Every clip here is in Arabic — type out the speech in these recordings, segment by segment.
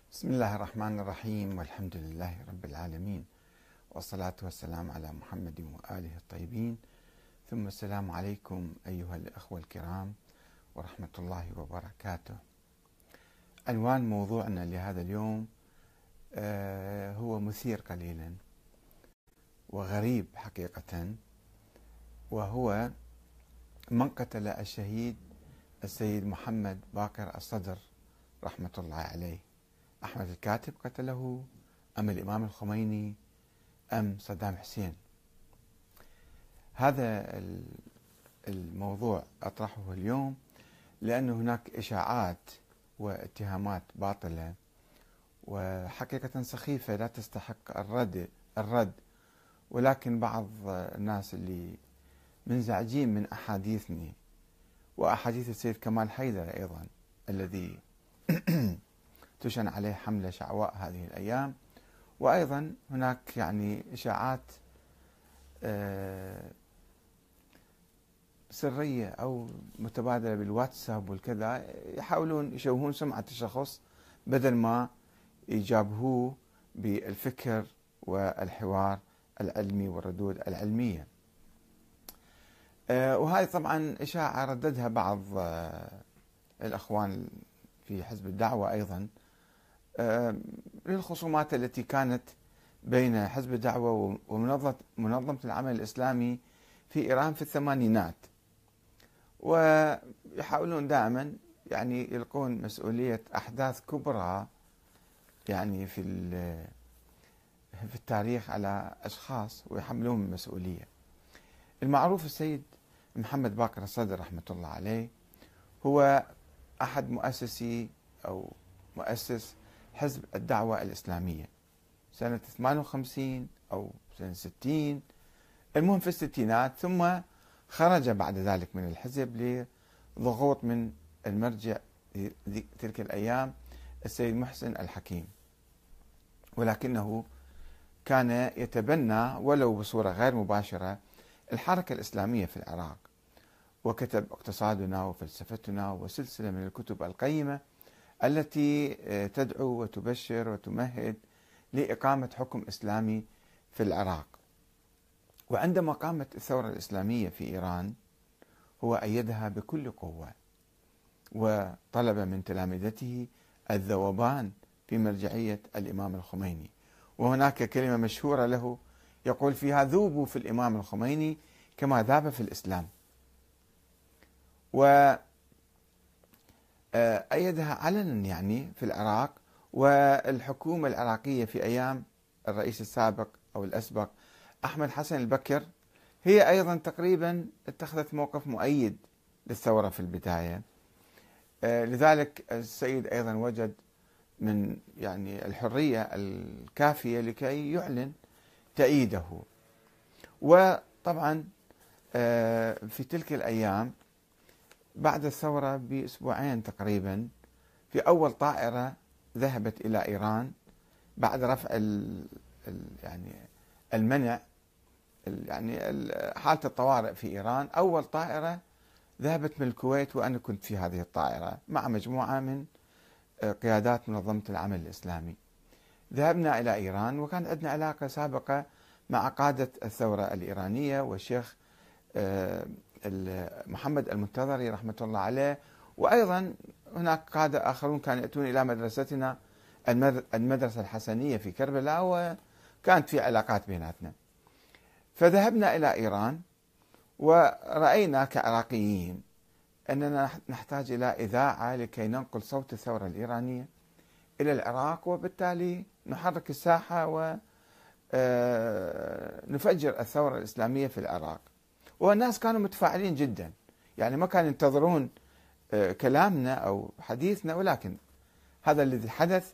بسم الله الرحمن الرحيم، والحمد لله رب العالمين، والصلاة والسلام على محمد وآله الطيبين، ثم السلام عليكم أيها الأخوة الكرام ورحمة الله وبركاته. عنوان موضوعنا لهذا اليوم هو مثير قليلا وغريب حقيقة، وهو من قتل الشهيد السيد محمد باقر الصدر رحمة الله عليه. أحمد الكاتب قتله أم الإمام الخميني أم صدام حسين؟ هذا الموضوع أطرحه اليوم لأن هناك إشاعات واتهامات باطلة وحقيقة سخيفة لا تستحق الرد، ولكن بعض الناس اللي منزعجين من أحاديثني وأحاديث السيد كمال حيدر أيضا الذي تشن عليه حملة شعواء هذه الأيام، وأيضا هناك إشاعات سرية أو متبادلة بالواتساب والكذا، يحاولون يشوهون سمعة الشخص بدل ما يجابهوه بالفكر والحوار العلمي والردود العلمية. وهذه طبعا إشاعة رددها بعض الأخوان في حزب الدعوة أيضا للخصومات التي كانت بين حزب الدعوة ومنظمة العمل الإسلامي في إيران في الثمانينات، ويحاولون دائما يلقون مسؤولية أحداث كبرى في التاريخ على أشخاص ويحملون المسؤولية. المعروف السيد محمد باقر الصدر رحمة الله عليه هو أحد مؤسسي أو مؤسس حزب الدعوة الإسلامية سنة 58 أو سنة 60، المهم في الستينات، ثم خرج بعد ذلك من الحزب لضغوط من المرجع تلك الأيام السيد محسن الحكيم، ولكنه كان يتبنى ولو بصورة غير مباشرة الحركة الإسلامية في العراق، وكتب اقتصادنا وفلسفتنا وسلسلة من الكتب القيمة التي تدعو وتبشر وتمهد لإقامة حكم إسلامي في العراق. وعندما قامت الثورة الإسلامية في إيران هو أيدها بكل قوة، وطلب من تلامذته الذوبان في مرجعية الإمام الخميني. وهناك كلمة مشهورة له يقول فيها: ذوبوا في الإمام الخميني كما ذاب في الإسلام. وأيدها علنا في العراق، والحكومة العراقية في أيام الرئيس السابق أو الأسبق أحمد حسن البكر هي أيضا تقريبا اتخذت موقف مؤيد للثورة في البداية. لذلك السيد أيضا وجد من الحرية الكافية لكي يعلن تأييده. وطبعا في تلك الأيام بعد الثورة بأسبوعين تقريبا، في أول طائرة ذهبت إلى إيران بعد رفع المنع حالة الطوارئ في إيران، أول طائرة ذهبت من الكويت، وأنا كنت في هذه الطائرة مع مجموعة من قيادات منظمة العمل الإسلامي. ذهبنا إلى إيران، وكان عندنا علاقة سابقة مع قادة الثورة الإيرانية والشيخ محمد المنتظري رحمة الله عليه، وأيضا هناك قادة آخرون كانوا يأتون إلى مدرستنا المدرسة الحسنية في كربلاء، وكانت في علاقات بيناتنا. فذهبنا إلى إيران، ورأينا كعراقيين أننا نحتاج إلى إذاعة لكي ننقل صوت الثورة الإيرانية إلى العراق، وبالتالي نحرك الساحة ونفجر الثورة الإسلامية في العراق. والناس كانوا متفاعلين جدا، ما كانوا ينتظرون كلامنا أو حديثنا، ولكن هذا الذي حدث.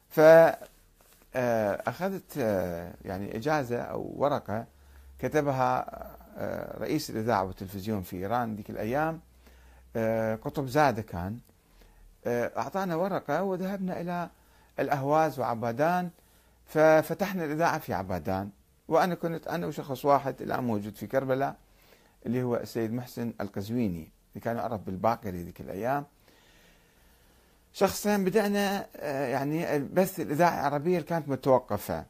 فأخذت إجازة أو ورقة كتبها رئيس الإذاعة والتلفزيون في إيران ذيك الأيام، قطب زادة كان، أعطانا ورقة وذهبنا إلى الأهواز وعبادان، ففتحنا الإذاعة في عبادان. وأنا كنت أنا وشخص واحد الآن موجود في كربلاء اللي هو السيد محسن القزويني اللي كان يعرف بالباقري ذيك الأيام. شخصيا بدأنا يعني بث الإذاعة العربية اللي كانت متوقفة،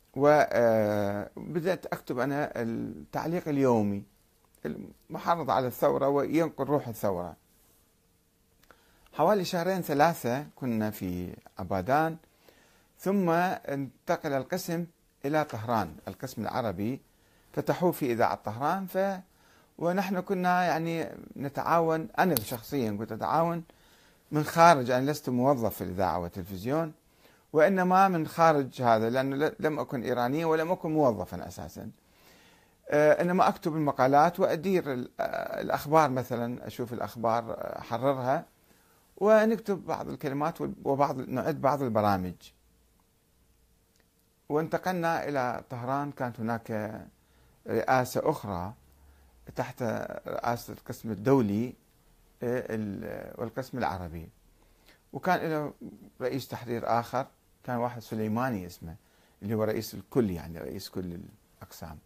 وبدأت أكتب أنا التعليق اليومي المحرض على الثورة وينقل روح الثورة. حوالي شهرين ثلاثة كنا في عبادان، ثم انتقل القسم إلى طهران، القسم العربي فتحوه في إذاعة طهران. ونحن كنا يعني نتعاون، أنا شخصيا كنت أتعاون من خارج، أنا لست موظف في الإذاعة والتلفزيون، وإنما من خارج هذا، لأنه لم أكن إيرانيا ولم أكن موظفا أساسا. إنما أكتب المقالات وأدير الأخبار، مثلا أشوف الأخبار أحررها ونكتب بعض الكلمات نعد بعض البرامج. وانتقلنا إلى طهران، كانت هناك رئاسة أخرى تحت رئاسة القسم الدولي والقسم العربي، وكان له رئيس تحرير آخر، كان واحد سليماني اسمه، اللي هو رئيس الكل، يعني رئيس كل الأقسام.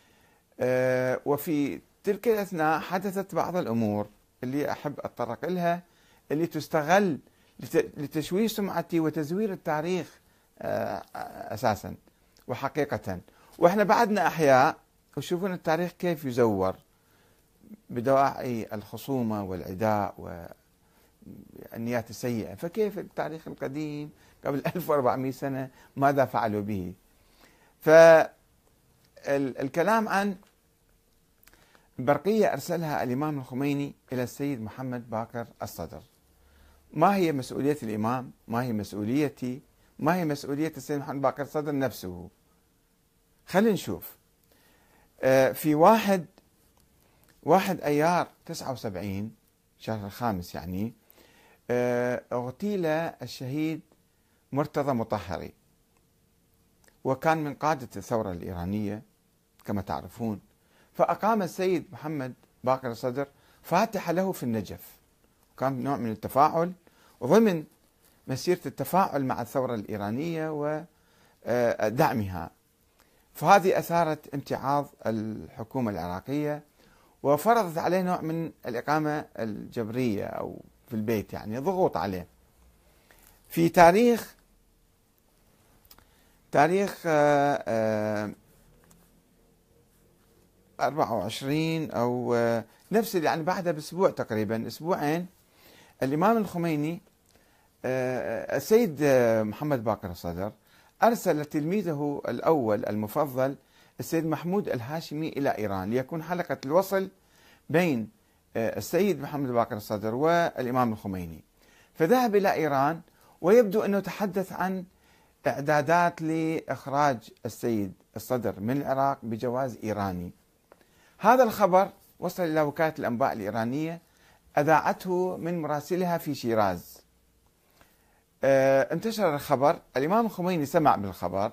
وفي تلك الأثناء حدثت بعض الأمور اللي أحب أتطرق لها، اللي تستغل لتشويه سمعتي وتزوير التاريخ أساسا وحقيقة. وإحنا بعدنا أحياء وشوفون التاريخ كيف يزور بدواعي الخصومة والعداء والنيات السيئة. فكيف التاريخ القديم قبل 1400 سنة ماذا فعلوا به؟ فالكلام عن برقية أرسلها الإمام الخميني إلى السيد محمد باقر الصدر. ما هي مسؤولية الإمام؟ ما هي مسؤوليتي؟ ما هي مسؤولية السيد محمد باقر الصدر نفسه؟ خلينا نشوف. في 1 أيار 79 شهر الخامس يعني، اغتيل الشهيد مرتضى مطهري، وكان من قادة الثورة الإيرانية كما تعرفون. فأقام السيد محمد باقر الصدر فاتحة له في النجف، كان نوع من التفاعل وضمن مسيرة التفاعل مع الثورة الإيرانية ودعمها. فهذه أثارت امتعاض الحكومة العراقية، وفرضت عليه نوع من الإقامة الجبرية أو في البيت، يعني ضغوط عليه. في تاريخ 24 أو نفس يعني بعدها بأسبوع تقريبا، أسبوعين، الإمام الخميني السيد محمد باقر الصدر أرسل تلميذه الأول المفضل السيد محمود الهاشمي إلى إيران ليكون حلقة الوصل بين السيد محمد باقر الصدر والإمام الخميني. فذهب إلى إيران، ويبدو أنه تحدث عن إعدادات لإخراج السيد الصدر من العراق بجواز إيراني. هذا الخبر وصل إلى وكالة الأنباء الإيرانية، أذاعته من مراسلها في شيراز. انتشر الخبر، الإمام الخميني سمع بالخبر،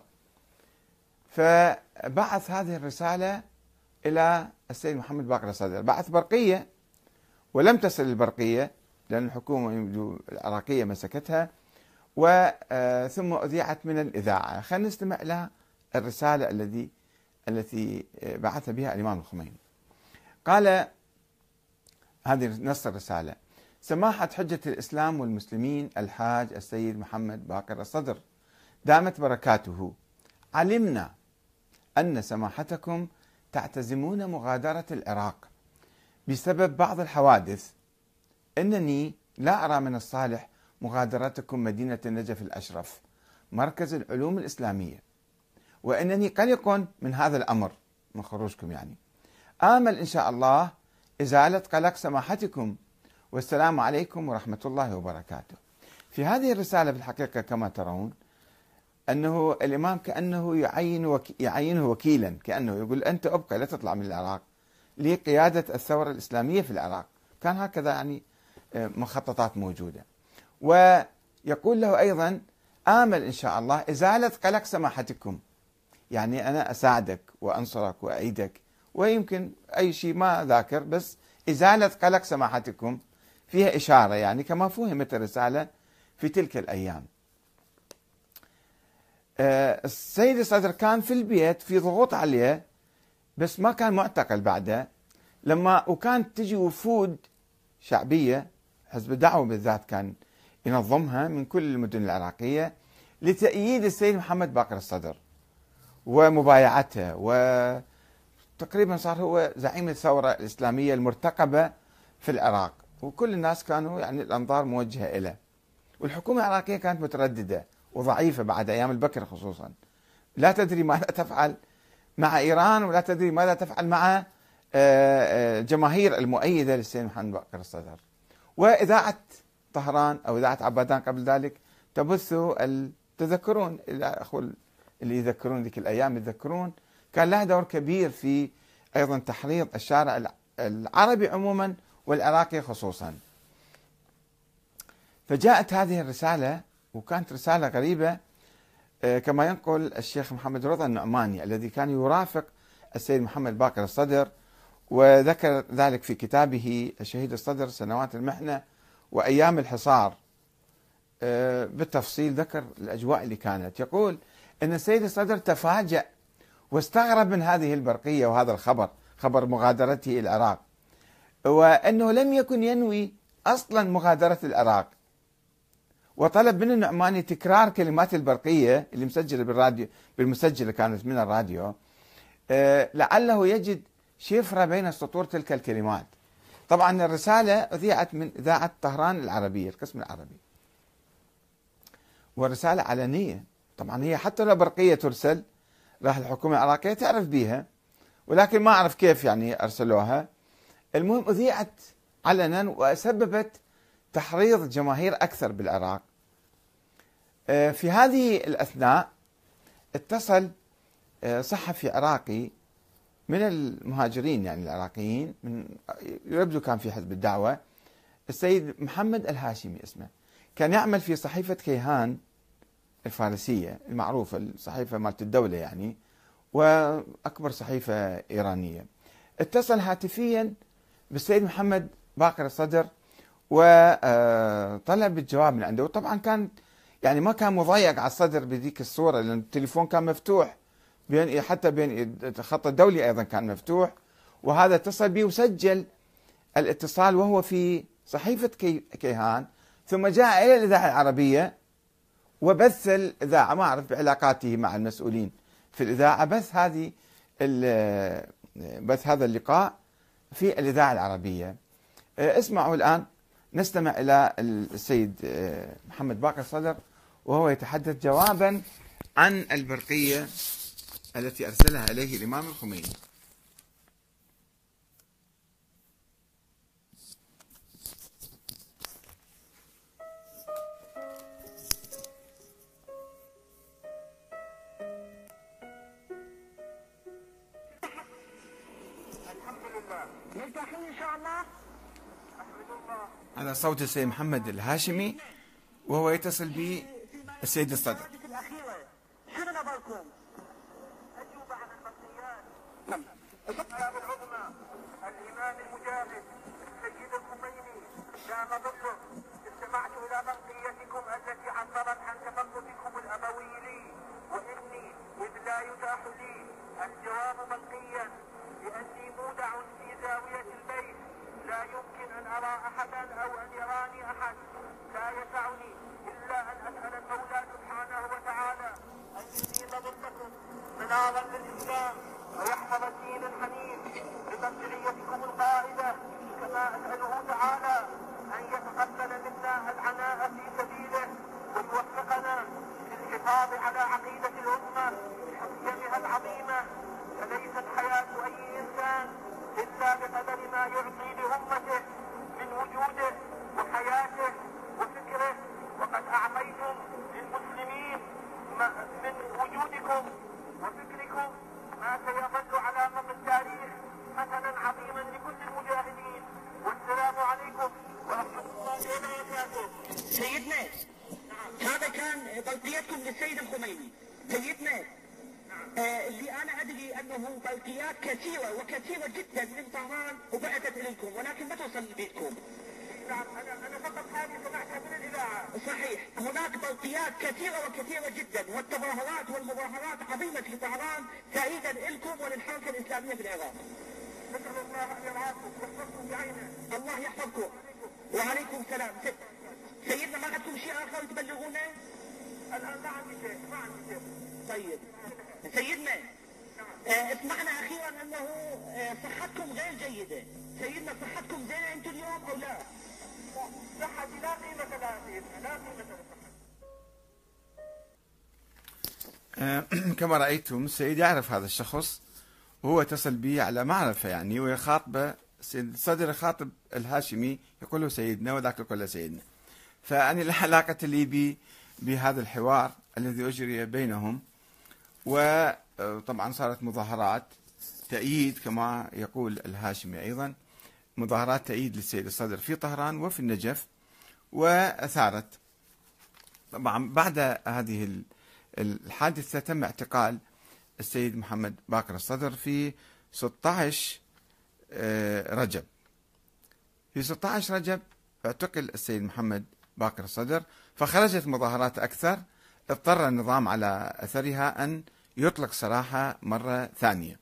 فبعث هذه الرسالة إلى السيد محمد باقر الصدر. بعث برقية ولم تصل البرقية لأن الحكومة العراقية مسكتها، ثم أذيعت من الإذاعة. خلينا نستمع إلى الرسالة التي بعث بها الإمام الخميني. قال، هذه نص الرسالة: سماحة حجة الإسلام والمسلمين الحاج السيد محمد باقر الصدر دامت بركاته، علمنا أن سماحتكم تعتزمون مغادرة العراق بسبب بعض الحوادث. إنني لا أرى من الصالح مغادرتكم مدينة النجف الأشرف مركز العلوم الإسلامية، وإنني قلق من هذا الأمر، من خروجكم يعني. آمل إن شاء الله إزالة قلق سماحتكم، والسلام عليكم ورحمة الله وبركاته. في هذه الرسالة في الحقيقة كما ترون أنه الإمام كأنه يعينه وكيلا، كأنه يقول أنت أبقى لا تطلع من العراق لقيادة الثورة الإسلامية في العراق. كان هكذا يعني مخططات موجودة. ويقول له أيضا: آمل إن شاء الله إزالة قلق سماحتكم، يعني أنا أساعدك وأنصرك وأعيدك، ويمكن أي شيء ما ذاكر، بس إزالة قلق سماحتكم فيها إشارة، يعني كما فهمت الرسالة في تلك الأيام. السيد الصدر كان في البيت، في ضغوط عليه، بس ما كان معتقل بعده. وكانت تجي وفود شعبية، حزب الدعوة بالذات كان ينظمها من كل المدن العراقية لتأييد السيد محمد باقر الصدر ومبايعته، وتقريبا صار هو زعيم الثورة الإسلامية المرتقبة في العراق، وكل الناس كانوا يعني الأنظار موجهة إليه. والحكومة العراقية كانت مترددة وضعيفة بعد أيام البكر خصوصا، لا تدري ماذا تفعل مع إيران، ولا تدري ماذا تفعل مع الجماهير المؤيدة للسيد محمد باقر الصدر. وإذاعة طهران أو إذاعة عبادان قبل ذلك تبث تذكرون الأخوة اللي يذكرون ذيك الأيام، يذكرون كان لها دور كبير في أيضا تحريض الشارع العربي عموما والعراقي خصوصا. فجاءت هذه الرسالة، وكانت رسالة غريبة كما ينقل الشيخ محمد رضا النعماني الذي كان يرافق السيد محمد باقر الصدر، وذكر ذلك في كتابه شهيد الصدر سنوات المحنة وأيام الحصار بالتفصيل، ذكر الأجواء اللي كانت. يقول أن السيد الصدر تفاجأ واستغرب من هذه البرقية وهذا الخبر، خبر مغادرته العراق، وأنه لم يكن ينوي أصلا مغادرة العراق، وطلب من النعماني تكرار كلمات البرقية اللي مسجلة بالراديو، بالمسجلة كانت من الراديو، لعله يجد شفرة بين سطور تلك الكلمات. طبعا الرسالة أذيعت من إذاعة طهران العربية القسم العربي، ورسالة علنية. طبعا هي حتى لو برقية ترسل راح الحكومة العراقية تعرف بها، ولكن ما أعرف كيف يعني أرسلوها. المهم أذيعت علنا وسببت تحريض جماهير أكثر بالعراق. في هذه الأثناء اتصل صحفي عراقي من المهاجرين يعني العراقيين، من يبدو كان في حزب الدعوة، السيد محمد الهاشمي اسمه، كان يعمل في صحيفة كيهان الفارسية المعروفة، الصحيفة مالت الدولة يعني، وأكبر صحيفة إيرانية. اتصل هاتفيا بالسيد محمد باقر الصدر وطلب الجواب من عنده. وطبعا كان يعني ما كان مضيق على الصدر بذيك الصورة، لأن التليفون كان مفتوح بين، حتى بين الخط الدولي أيضا كان مفتوح، وهذا اتصل به وسجل الاتصال وهو في صحيفة كيهان، ثم جاء إلى الإذاعة العربية وبث الإذاعة، ما أعرف بعلاقاته مع المسؤولين في الإذاعة، بث هذا اللقاء في الإذاعة العربية. اسمعوا الآن، نستمع إلى السيد محمد باقر الصدر وهو يتحدث جوابا عن البرقية التي أرسلها إليه الإمام الخميني. مرتاحين ان شاء الله. احمد الله. هذا صوت السيد محمد الهاشمي وهو يتصل به السيد الصدر. شنو نبالكم؟ اجوبه عن البرقيات. الكتاب العظمى الامام المجاهد السيد الخميني دام ظله، استمعت الى برقيتكم التي عبرت عن تفردكم الابوي لي، واني اذ لا يتاح لي الجواب برقيا لاني مودع في زاويه البيت، لا يمكن ان ارى احدا او ان يراني احد، لا يسعني الا ان اسال المولى سبحانه وتعالى ان يزيد ظلكم منارا للاسلام ويحفظ الدين الحنيف بمرجعيتكم القائده، كما اساله تعالى ان يتقبل منا العناء في سبيله ويوفقنا للحفاظ على عقيده الامه بحكمها العظيمه. فليست حياه اي انسان الا بقدر ما يعطي لامته من وجوده وحياته وفكره، وقد اعطيتم للمسلمين من وجودكم وفكركم ما سيظل على مر التاريخ مثلا عظيما لكل المجاهدين. والسلام عليكم ورحمه الله وبركاته. سيدنا هذا كان برقيتكم للسيد الخميني. سيدنا اللي انا ادري انه برقيات كثيره وكثيره جدا من طهران وبعثت اليكم، ولكن ما توصل لبيتكم. نعم انا فقط هذه سمعتها من الاذاعه. صحيح، هناك برقيات كثيره وكثيره جدا، والتظاهرات والمظاهرات عظيمه في طهران تأييدا لكم وللحركه الاسلاميه في العراق. نسال الله ان يرعاكم ويحفظكم بعينه. الله يحفظكم. وعليكم السلام. سيدنا ما عندكم شيء آخر تبلغونا؟ الآن ما عندي شيء، ما عندي شيء. طيب سيدنا اسمعنا أخيرا أنه صحتكم غير جيدة. سيدنا صحتكم زينة أنتم اليوم أو لا؟ صحتي لا قيمة لها سيدنا، لا قيمة لها. كما رأيتم السيد يعرف هذا الشخص، وهو اتصل به على معرفة يعني، ويخاطبه السيد الصدر، يخاطب الهاشمي يقول له سيدنا، وذاك يقول له سيدنا. فأنا العلاقة لي بي بهذا الحوار الذي أجري بينهم. وطبعا صارت مظاهرات تأييد كما يقول الهاشمي أيضا، مظاهرات تأييد للسيد الصدر في طهران وفي النجف. وأثارت طبعا بعد هذه الحادثة تم اعتقال السيد محمد باقر الصدر في 16 رجب. في 16 رجب اعتقل السيد محمد باقر الصدر، فخرجت مظاهرات أكثر، اضطر النظام على أثرها أن يطلق سراحه مرة ثانية.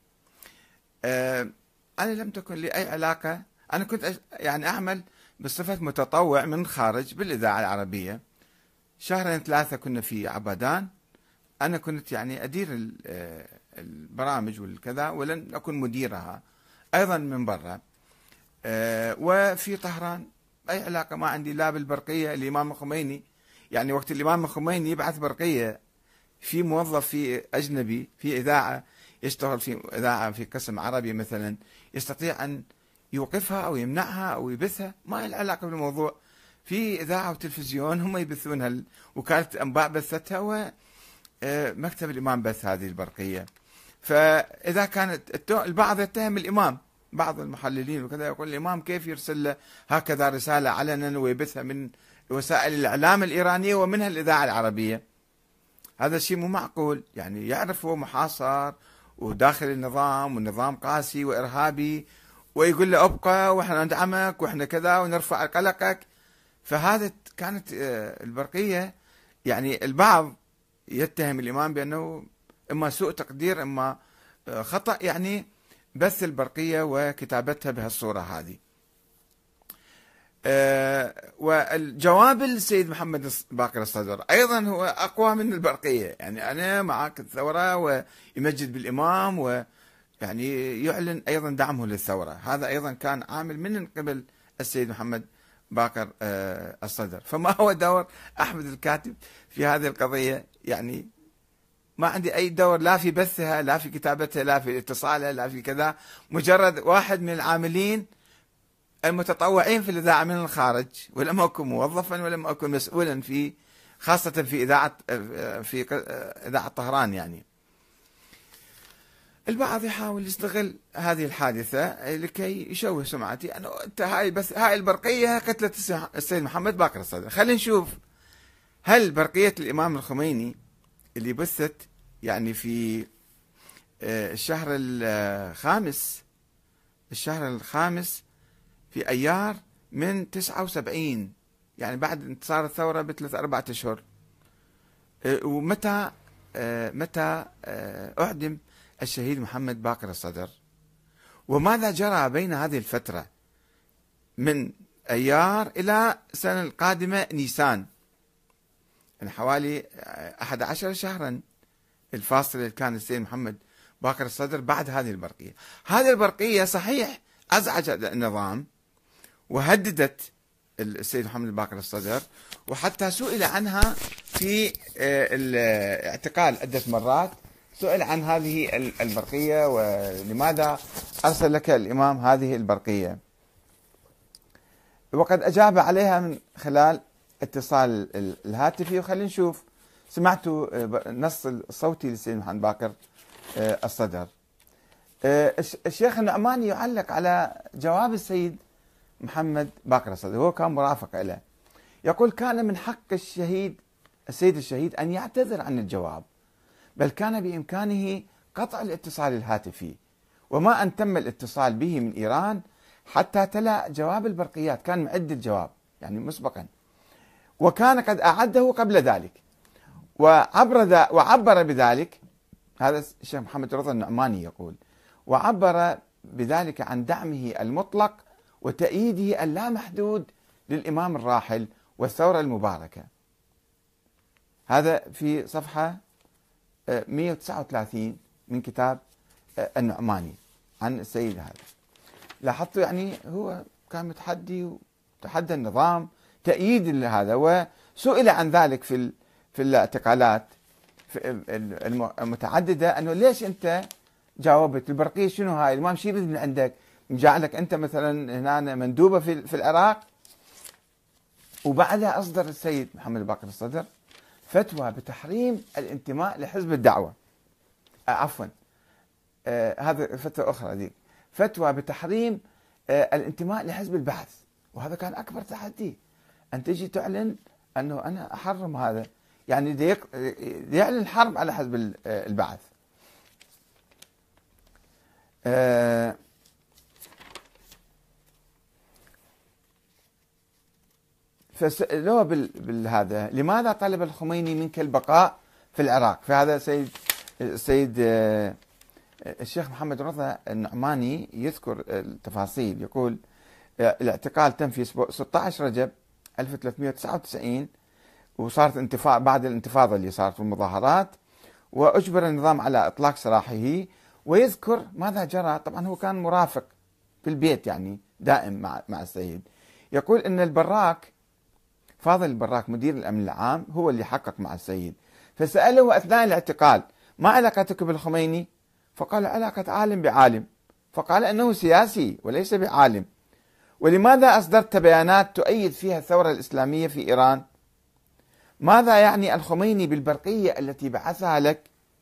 أنا لم تكن لي أي علاقة، أنا كنت يعني أعمل بصفة متطوع من خارج بالإذاعة العربية. 2-3 كنا في عبادان، أنا كنت يعني أدير البرامج والكذا، ولن أكون مديرها أيضا من برا. وفي طهران أي علاقة ما عندي، لا بالبرقية الإمام الخميني، يعني وقت الإمام الخميني يبعث برقية في موظف في أجنبي في إذاعة يشتغل في إذاعة في قسم عربي مثلا، يستطيع أن يوقفها أو يمنعها أو يبثها، ما له علاقة بالموضوع. في إذاعة وتلفزيون هم يبثونها، وكالة الأنباء بثتها، ومكتب الإمام بث هذه البرقية. فإذا كانت البعض يتهم الإمام، بعض المحللين وكذا يقول الإمام كيف يرسل له هكذا رسالة علنا ويبثها من وسائل الإعلام الإيرانية ومنها الإذاعة العربية. هذا الشيء مو معقول، يعني يعرف هو محاصر وداخل النظام، والنظام قاسي وإرهابي، ويقول له ابقى وإحنا ندعمك وإحنا كذا ونرفع قلقك. فهذا كانت البرقية، يعني البعض يتهم الإمام بأنه إما سوء تقدير إما خطأ، يعني بث البرقية وكتابتها بهالصورة هذه. والجواب السيد محمد باقر الصدر أيضا هو أقوى من البرقية، يعني أنا معك الثورة، ويمجد بالإمام، ويعني يعلن أيضا دعمه للثورة. هذا أيضا كان عامل من قبل السيد محمد باقر الصدر. فما هو دور أحمد الكاتب في هذه القضية؟ يعني ما عندي أي دور، لا في بثها، لا في كتابتها، لا في اتصالها، لا في كذا، مجرد واحد من العاملين المتطوعين في الإذاعة من الخارج، ولم أكن موظفا ولم أكن مسؤولا في، خاصة في إذاعة طهران. يعني البعض يحاول يستغل هذه الحادثة لكي يشوه سمعتي، أنا هاي البرقية قتلت السيد محمد باقر الصدر. خلينا نشوف هل برقية الإمام الخميني اللي بثت يعني في الشهر الخامس في أيار من 79، يعني بعد انتصار الثورة ب3-4 أشهر. ومتى أعدم الشهيد محمد باقر الصدر، وماذا جرى بين هذه الفترة من أيار إلى السنة القادمة نيسان، يعني حوالي 11 شهرا الفاصل اللي كان السيد محمد باقر الصدر بعد هذه البرقية. هذه البرقية صحيح أزعجت النظام وهددت السيد محمد باقر الصدر، وحتى سئل عنها في الاعتقال عدة مرات، سئل عن هذه البرقية ولماذا أرسل لك الإمام هذه البرقية، وقد أجاب عليها من خلال اتصال الهاتفي. وخلينا نشوف، سمعتوا النص الصوتي للسيد محمد باقر الصدر. الشيخ النعماني يعلق على جواب السيد محمد باقر الصدر، هو كان مرافق له، يقول كان من حق السيد الشهيد أن يعتذر عن الجواب، بل كان بإمكانه قطع الاتصال الهاتفي، وما أن تم الاتصال به من إيران حتى تلا جواب البرقيات، كان معد الجواب يعني مسبقا، وكان قد أعده قبل ذلك، وعبر بذلك. هذا الشيخ محمد رضا النعماني يقول، وعبر بذلك عن دعمه المطلق وتأييده اللامحدود للإمام الراحل والثورة المباركة. هذا في صفحة 139 من كتاب النعماني عن السيد هذا. لاحظتوا يعني هو كان متحدي وتحدى النظام تأييد لهذا، وسئل عن ذلك في الاعتقالات المتعددة أنه ليش أنت جاوبت البرقية؟ شنو هاي الإمام شي يريد من عندك؟ جعلك أنت مثلا هنا مندوبة في العراق. وبعدها أصدر السيد محمد باقر الصدر فتوى بتحريم الانتماء لحزب الدعوة. عفوا هذا فتوى أخرى دي، فتوى بتحريم الانتماء لحزب البعث. وهذا كان أكبر تحدي، أن تجي تعلن أنه أنا أحرم هذا، يعني يعلن حرب على حزب البعث. فسألوه بالهذا: لماذا طلب الخميني منك البقاء في العراق؟ فهذا السيد الشيخ محمد رضا النعماني يذكر التفاصيل، يقول: الاعتقال تم في 16 رجب 1399، وصارت انتفاضة بعد الانتفاضة اللي صارت والمظاهرات، وأجبر النظام على إطلاق سراحه. ويذكر ماذا جرى. طبعا هو كان مرافق في البيت، يعني دائم مع السيد. يقول إن البراك، فاضل البراك مدير الأمن العام، هو اللي حقق مع السيد، فسأله أثناء الاعتقال: ما علاقتك بالخميني؟ فقال: علاقة عالم بعالم. فقال أنه سياسي وليس بعالم. ولماذا أصدرت بيانات تؤيد فيها الثورة الإسلامية في إيران؟ ماذا يعني الخميني بالبرقية التي بعثها لك؟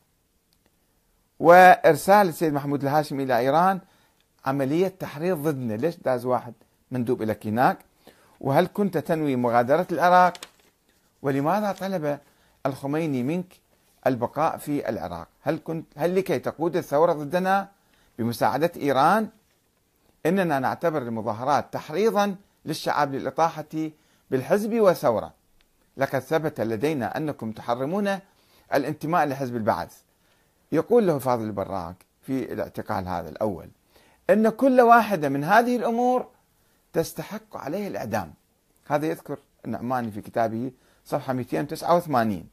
وإرسال السيد محمود الهاشمي إلى إيران عملية تحريض ضدنا. ليش داز واحد مندوب لك هناك؟ وهل كنت تنوي مغادرة العراق؟ ولماذا طلب الخميني منك البقاء في العراق؟ هل لكي تقود الثورة ضدنا بمساعدة إيران؟ إننا نعتبر المظاهرات تحريضا للشعب للإطاحة بالحزب والثورة. لقد ثبت لدينا أنكم تحرمون الانتماء لحزب البعث. يقول له فاضل البراك في الاعتقال هذا الأول: أن كل واحدة من هذه الأمور تستحق عليه الإعدام. هذا يذكر النعماني في كتابه صفحة 289.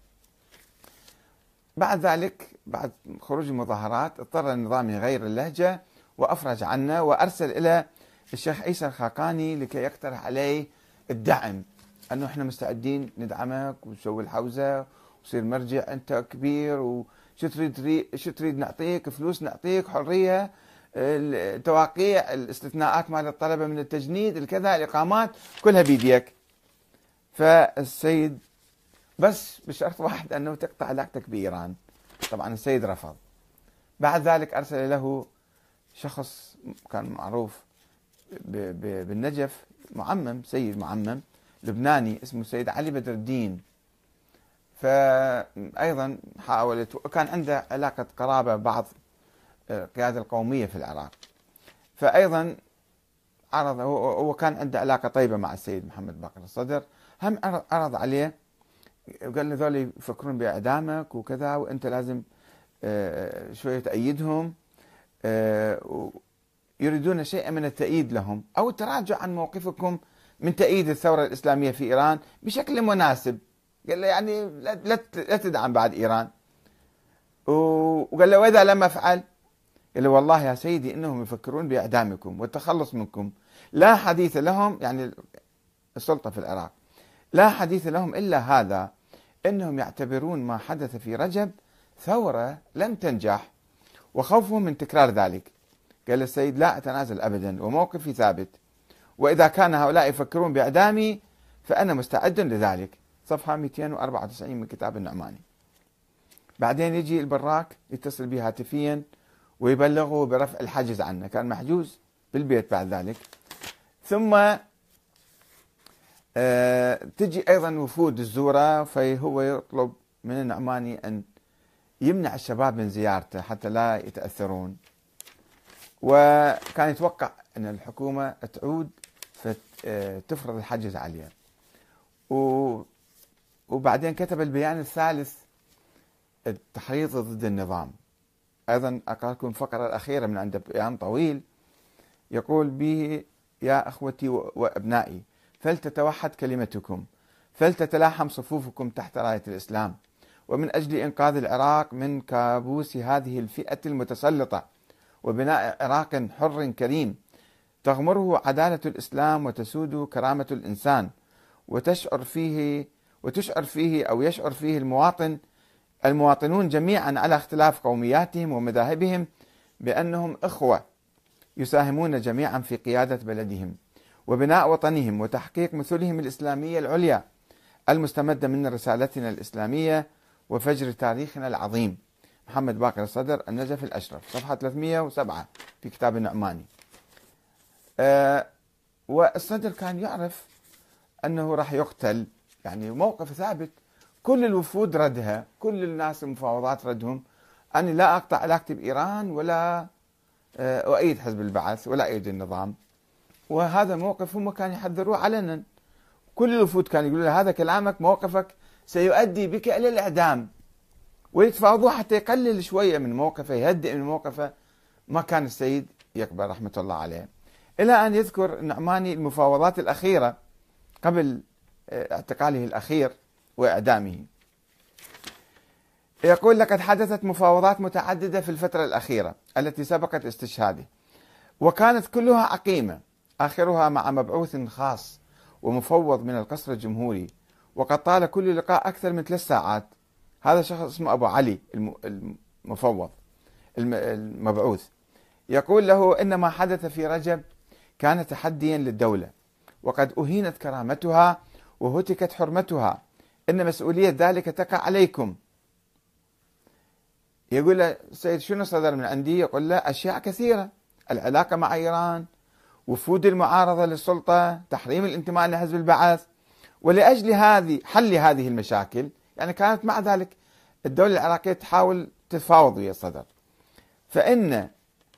بعد ذلك، بعد خروج المظاهرات، اضطر النظام يغير اللهجة وأفرج عنا، وأرسل إلى الشيخ عيسى الخاقاني لكي يقترح عليه الدعم، أنه إحنا مستعدين ندعمك ونسوي الحوزة وصير مرجع، أنت كبير، وشو تريد نعطيك فلوس، نعطيك حرية، التواقيع، الاستثناءات مال الطلبة من التجنيد، الكذا، الإقامات، كلها بيديك. فالسيد بس بشرط واحد، أنه تقطع علاقتك بإيران. طبعا السيد رفض. بعد ذلك أرسل له شخص كان معروف بالنجف، سيد معمم لبناني اسمه السيد علي بدر الدين. فأيضا حاولت، وكان عنده علاقة قرابة بعض القيادة القومية في العراق، فأيضا عرض، هو كان عنده علاقة طيبة مع السيد محمد باقر الصدر، هم عرض عليه، قال له: ذولي يفكرون بإعدامك وكذا، وأنت لازم شوية تأيدهم، يريدون شيئا من التأييد لهم، أو التراجع عن موقفكم من تأييد الثورة الإسلامية في إيران بشكل مناسب. قال له: يعني لا تدعم بعد إيران. وقال له: وإذا لم أفعل؟ قال له: والله يا سيدي إنهم يفكرون بإعدامكم والتخلص منكم، لا حديث لهم، يعني السلطة في العراق، لا حديث لهم إلا هذا، إنهم يعتبرون ما حدث في رجب ثورة لم تنجح، وخوفهم من تكرار ذلك. قال السيد: لا أتنازل أبدا، وموقفي ثابت، وإذا كان هؤلاء يفكرون بإعدامي فأنا مستعد لذلك. صفحة 294 من كتاب النعماني. بعدين يجي البراك يتصل به هاتفيا ويبلغه برفع الحجز عنه، كان محجوز بالبيت بعد ذلك. ثم تجي أيضا وفود الزورة، فهو يطلب من النعماني أن يمنع الشباب من زيارته حتى لا يتأثرون، وكان يتوقع أن الحكومة تعود فتفرض الحجز عليه. وبعدين كتب البيان الثالث: التحريض ضد النظام. أيضا أقرأ لكم الفقرة الأخيرة من عنده، بيان طويل يقول به: يا أخوتي وأبنائي، فلتتوحد كلمتكم، فلتتلاحم صفوفكم تحت راية الإسلام، ومن أجل إنقاذ العراق من كابوس هذه الفئة المتسلطة، وبناء عراق حر كريم تغمره عدالة الإسلام وتسود كرامة الإنسان، وتشعر فيه أو يشعر فيه المواطنون جميعا على اختلاف قومياتهم ومذاهبهم بأنهم إخوة يساهمون جميعا في قيادة بلدهم وبناء وطنهم وتحقيق مثلهم الإسلامية العليا المستمدة من رسالتنا الإسلامية وفجر تاريخنا العظيم. محمد باقر الصدر، النجف الأشرف، صفحة 307 في كتاب النعماني. والصدر كان يعرف أنه راح يقتل، يعني موقف ثابت. كل الوفود ردها، كل الناس المفاوضات ردهم، أني لا أقطع علاقتي بإيران ولا أؤيد حزب البعث ولا أؤيد النظام. وهذا موقف هم كانوا يحذروه علنا. كل الوفود كانوا يقولوا له هذا كلامك، موقفك سيؤدي بك إلى الإعدام، ويتفاوضوا حتى يقلل شوية من موقفه، يهدئ من موقفه. ما كان السيد يقبل رحمة الله عليه، إلى أن يذكر النعماني المفاوضات الأخيرة قبل اعتقاله الأخير وإعدامه. يقول: لقد حدثت مفاوضات متعددة في الفترة الأخيرة التي سبقت استشهاده، وكانت كلها عقيمة، آخرها مع مبعوث خاص ومفوض من القصر الجمهوري، وقد طال كل لقاء أكثر من 3 ساعات. هذا شخص اسمه أبو علي المفوض المبعوث. يقول له: إن ما حدث في رجب كان تحديا للدولة، وقد أهينت كرامتها وهتكت حرمتها، إن مسؤولية ذلك تقع عليكم. يقول له السيد: شنو صدر من عندي؟ يقول له: أشياء كثيرة، العلاقة مع إيران، وفود المعارضة للسلطة، تحريم الانتماء لحزب البعث. ولأجل حل هذه المشاكل، يعني كانت مع ذلك الدولة العراقية تحاول تتفاوض ويا الصدر، فإن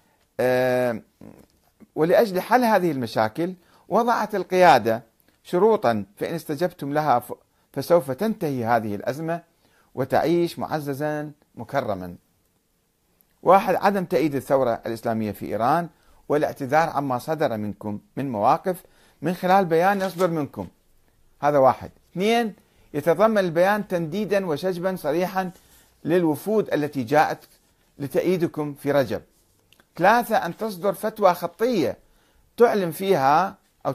ولأجل حل هذه المشاكل وضعت القيادة شروطا، فإن استجبتم لها فسوف تنتهي هذه الأزمة وتعيش معززا مكرما. 1. عدم تأييد الثورة الإسلامية في إيران والاعتذار عما صدر منكم من مواقف من خلال بيان يصدر منكم. هذا 1. 2. يتضمن البيان تنديدا وشجبا صريحا للوفود التي جاءت لتأييدكم في رجب. 3. أن تصدر فتوى خطية تعلن فيها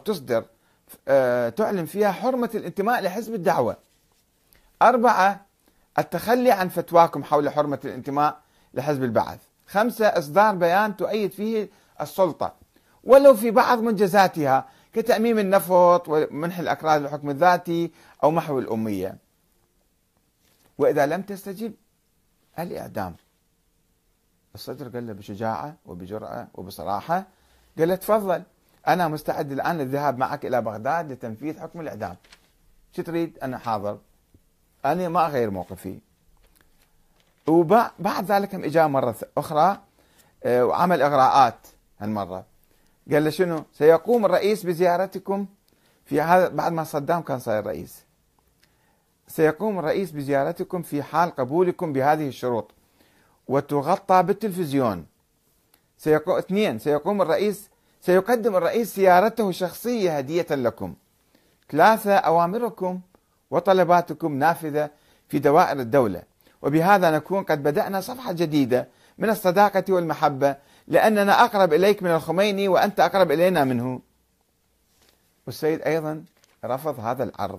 تعلن فيها حرمة الانتماء لحزب الدعوة. 4. التخلي عن فتواكم حول حرمة الانتماء لحزب البعث. 5. إصدار بيان تؤيد فيه السلطة ولو في بعض منجزاتها كتأميم النفط ومنح الأكراد للحكم الذاتي أو محو الأمية. وإذا لم تستجب الإعدام. الصدر قال له بشجاعة وبجرأة وبصراحة، قال له: تفضل، أنا مستعد الآن للذهاب معك إلى بغداد لتنفيذ حكم الإعدام. شو تريد؟ أنا حاضر، أنا ما أغير موقفي. وبعد ذلك هم إجا مرة أخرى وعمل إغراءات. هالمرة قال له: شنو؟ سيقوم الرئيس بزيارتكم في هذا، بعد ما صدام كان صاير رئيس، سيقوم الرئيس بزيارتكم في حال قبولكم بهذه الشروط وتغطى بالتلفزيون. 2. سيقدم الرئيس سيارته الشخصية هدية لكم. 3. أوامركم وطلباتكم نافذة في دوائر الدولة، وبهذا نكون قد بدأنا صفحة جديدة من الصداقة والمحبة، لأننا أقرب إليك من الخميني وأنت أقرب إلينا منه. والسيد أيضا رفض هذا العرض،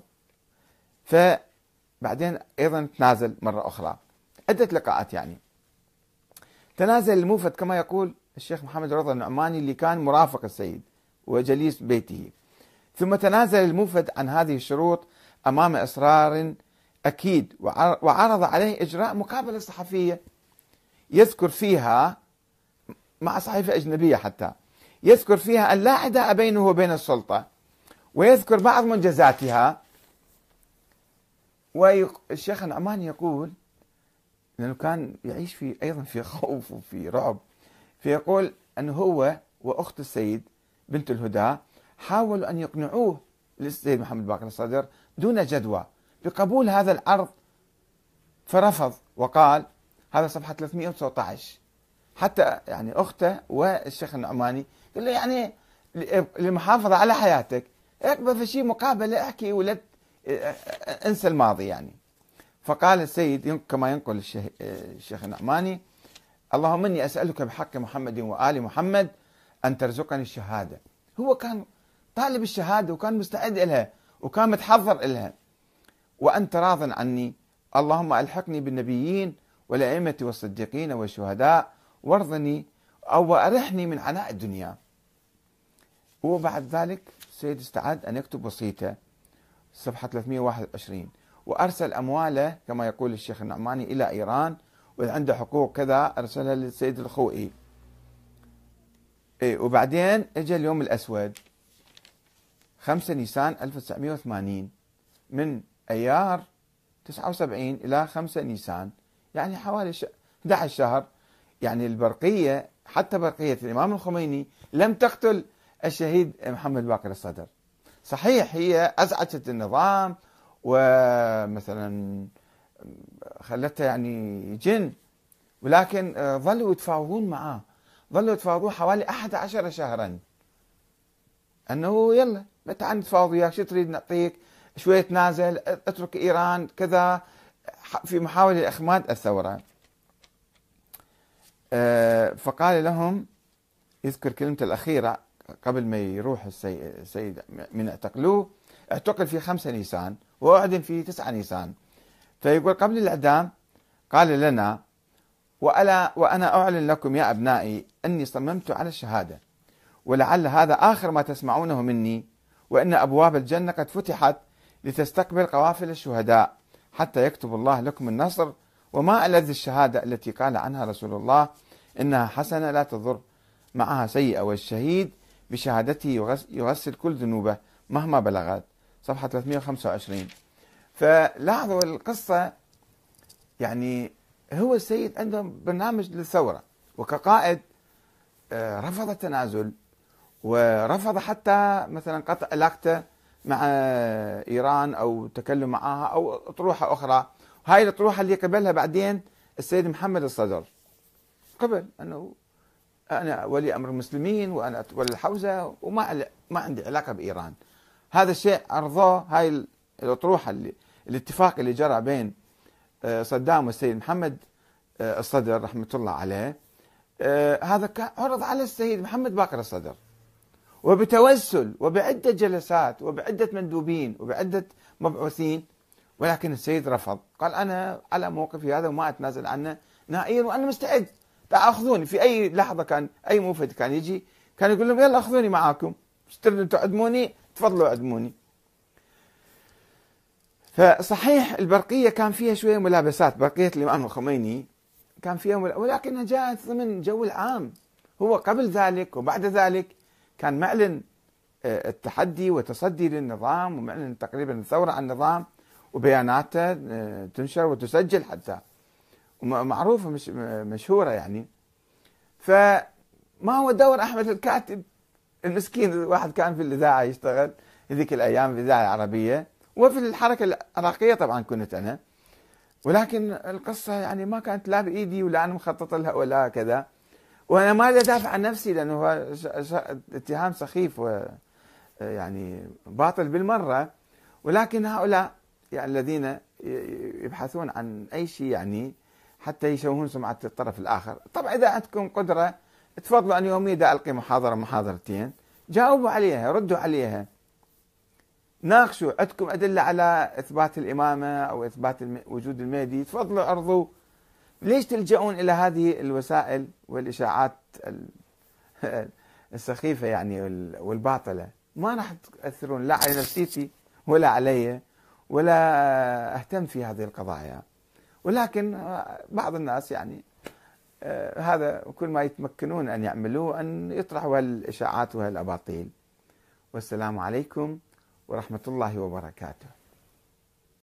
فبعدين أيضا تنازل مرة أخرى. عدة لقاءات يعني. تنازل الموفد كما يقول الشيخ محمد رضا النعماني اللي كان مرافق السيد وجليس بيته، ثم تنازل الموفد عن هذه الشروط أمام إصرار أكيد، وعرض عليه إجراء مقابلة صحفية يذكر فيها مع صحيفة أجنبية، حتى يذكر فيها أن لا عداء بينه وبين السلطة، ويذكر بعض منجزاتها. والشيخ النعماني يقول لأنه كان يعيش أيضا في خوف وفي رعب، فيقول أنه هو وأخت السيد بنت الهدى حاولوا أن يقنعوه للسيد محمد باقر الصدر دون جدوى بقبول هذا العرض، فرفض وقال، هذا صفحة 319، حتى يعني أخته والشيخ النعماني قال له: يعني للمحافظة على حياتك عقبه في شيء مقابله احكي ولا انسى الماضي يعني. فقال السيد كما ينقل الشيخ النعماني: اللهم اني اسالك بحق محمد وال محمد ان ترزقني الشهاده. هو كان طالب الشهاده وكان مستعد لها وكان متحضر لها. وانت راض عني، اللهم الحقني بالنبيين والائمه والصديقين والشهداء وارضني او ارحني من عناء الدنيا. وبعد ذلك السيد استعد ان يكتب وصيته، صفحه 321، وارسل امواله كما يقول الشيخ النعماني الى ايران، واذا عنده حقوق كذا ارسلها للسيد الخوئي. وبعدين اجى اليوم الاسود 5 نيسان 1980، من ايار 79 الى 5 نيسان، يعني حوالي 11 شهر. يعني البرقيه، حتى برقيه الامام الخميني لم تقتل الشهيد محمد باقر الصدر. صحيح هي ازعجت النظام ومثلا خلتها يعني جن، ولكن ظلوا يتفاوضون معه، ظلوا يتفاوضون حوالي 11 شهرا، انه يلا تعال نتفاوض وياك، شو تريد نعطيك، شويه تنازل، اترك ايران كذا، في محاوله لاخماد الثوره. فقال لهم، يذكر كلمته الاخيره قبل ما يروح السيد من اعتقلوه: اعتقل في 5 نيسان واعدم في 9 نيسان. فيقول قبل الاعدام قال لنا: وأنا أعلن لكم يا أبنائي أني صممت على الشهادة، ولعل هذا آخر ما تسمعونه مني، وأن أبواب الجنة قد فتحت لتستقبل قوافل الشهداء حتى يكتب الله لكم النصر. وما ألذ الشهادة التي قال عنها رسول الله: إنها حسنة لا تضر معها سيئة، والشهيد بشهادته يغسل كل ذنوبه مهما بلغت. صفحة 325. فلاحظوا القصة، يعني هو السيد عنده برنامج للثورة، وكقائد رفض التنازل، ورفض حتى مثلا قطع علاقته مع إيران أو تكلم معها أو أطروحة أخرى. هاي الأطروحة اللي قبلها بعدين السيد محمد الصدر قبل أنه أنا ولي أمر المسلمين وأنا أتولى الحوزة وما عندي علاقة بإيران. هذا الشيء أرضاه، هاي الأطروحة الاتفاق اللي جرى بين صدام والسيد محمد الصدر رحمة الله عليه، هذا عرض على السيد محمد باقر الصدر، وبتوسل وبعدة جلسات وبعدة مندوبين وبعدة مبعوثين، ولكن السيد رفض، قال أنا على موقفي هذا وما أتنازل عنه نهائيا، وأنا مستعد تأخذوني في أي لحظة. كان أي موفد كان يجي كان يقول لهم يلا أخذوني معاكم، تريدوا تعدموني تفضلوا عدموني. فصحيح البرقية كان فيها شوية ملابسات، برقية الإمام الخميني كان فيها ولكنها جاءت ضمن جو العام. هو قبل ذلك وبعد ذلك كان معلن التحدي وتصدي للنظام، ومعلن تقريبا الثورة على النظام، وبياناته تنشر وتسجل حتى ومعروفة مش مشهورة يعني. فما هو دور أحمد الكاتب المسكين؟ الواحد كان في الإذاعة يشتغل هذيك الأيام في الإذاعة العربية وفي الحركة العراقية طبعا كنت أنا، ولكن القصة يعني ما كانت لا بإيدي ولا أنا مخطط لها ولا كذا، وأنا ما أدافع عن نفسي لأنه هو اتهام سخيف ويعني باطل بالمرة. ولكن هؤلاء يعني الذين يبحثون عن أي شيء يعني حتى يشوهون سمعة الطرف الآخر، طبعا إذا عندكم قدرة تفضلوا أن يوميا دا ألقي محاضرة محاضرتين، جاوبوا عليها، ردوا عليها، ناقشوا، عندكم أدلة على إثبات الإمامة أو إثبات وجود المهدي، تفضلوا عرضوا. ليش تلجؤون إلى هذه الوسائل والإشاعات السخيفة يعني والباطلة؟ ما راح تأثرون لا على نفسيتي ولا علي ولا أهتم في هذه القضايا. ولكن بعض الناس يعني هذا كل ما يتمكنون أن يعملوه أن يطرحوا هالإشاعات وهالأباطيل. والسلام عليكم ورحمة الله وبركاته.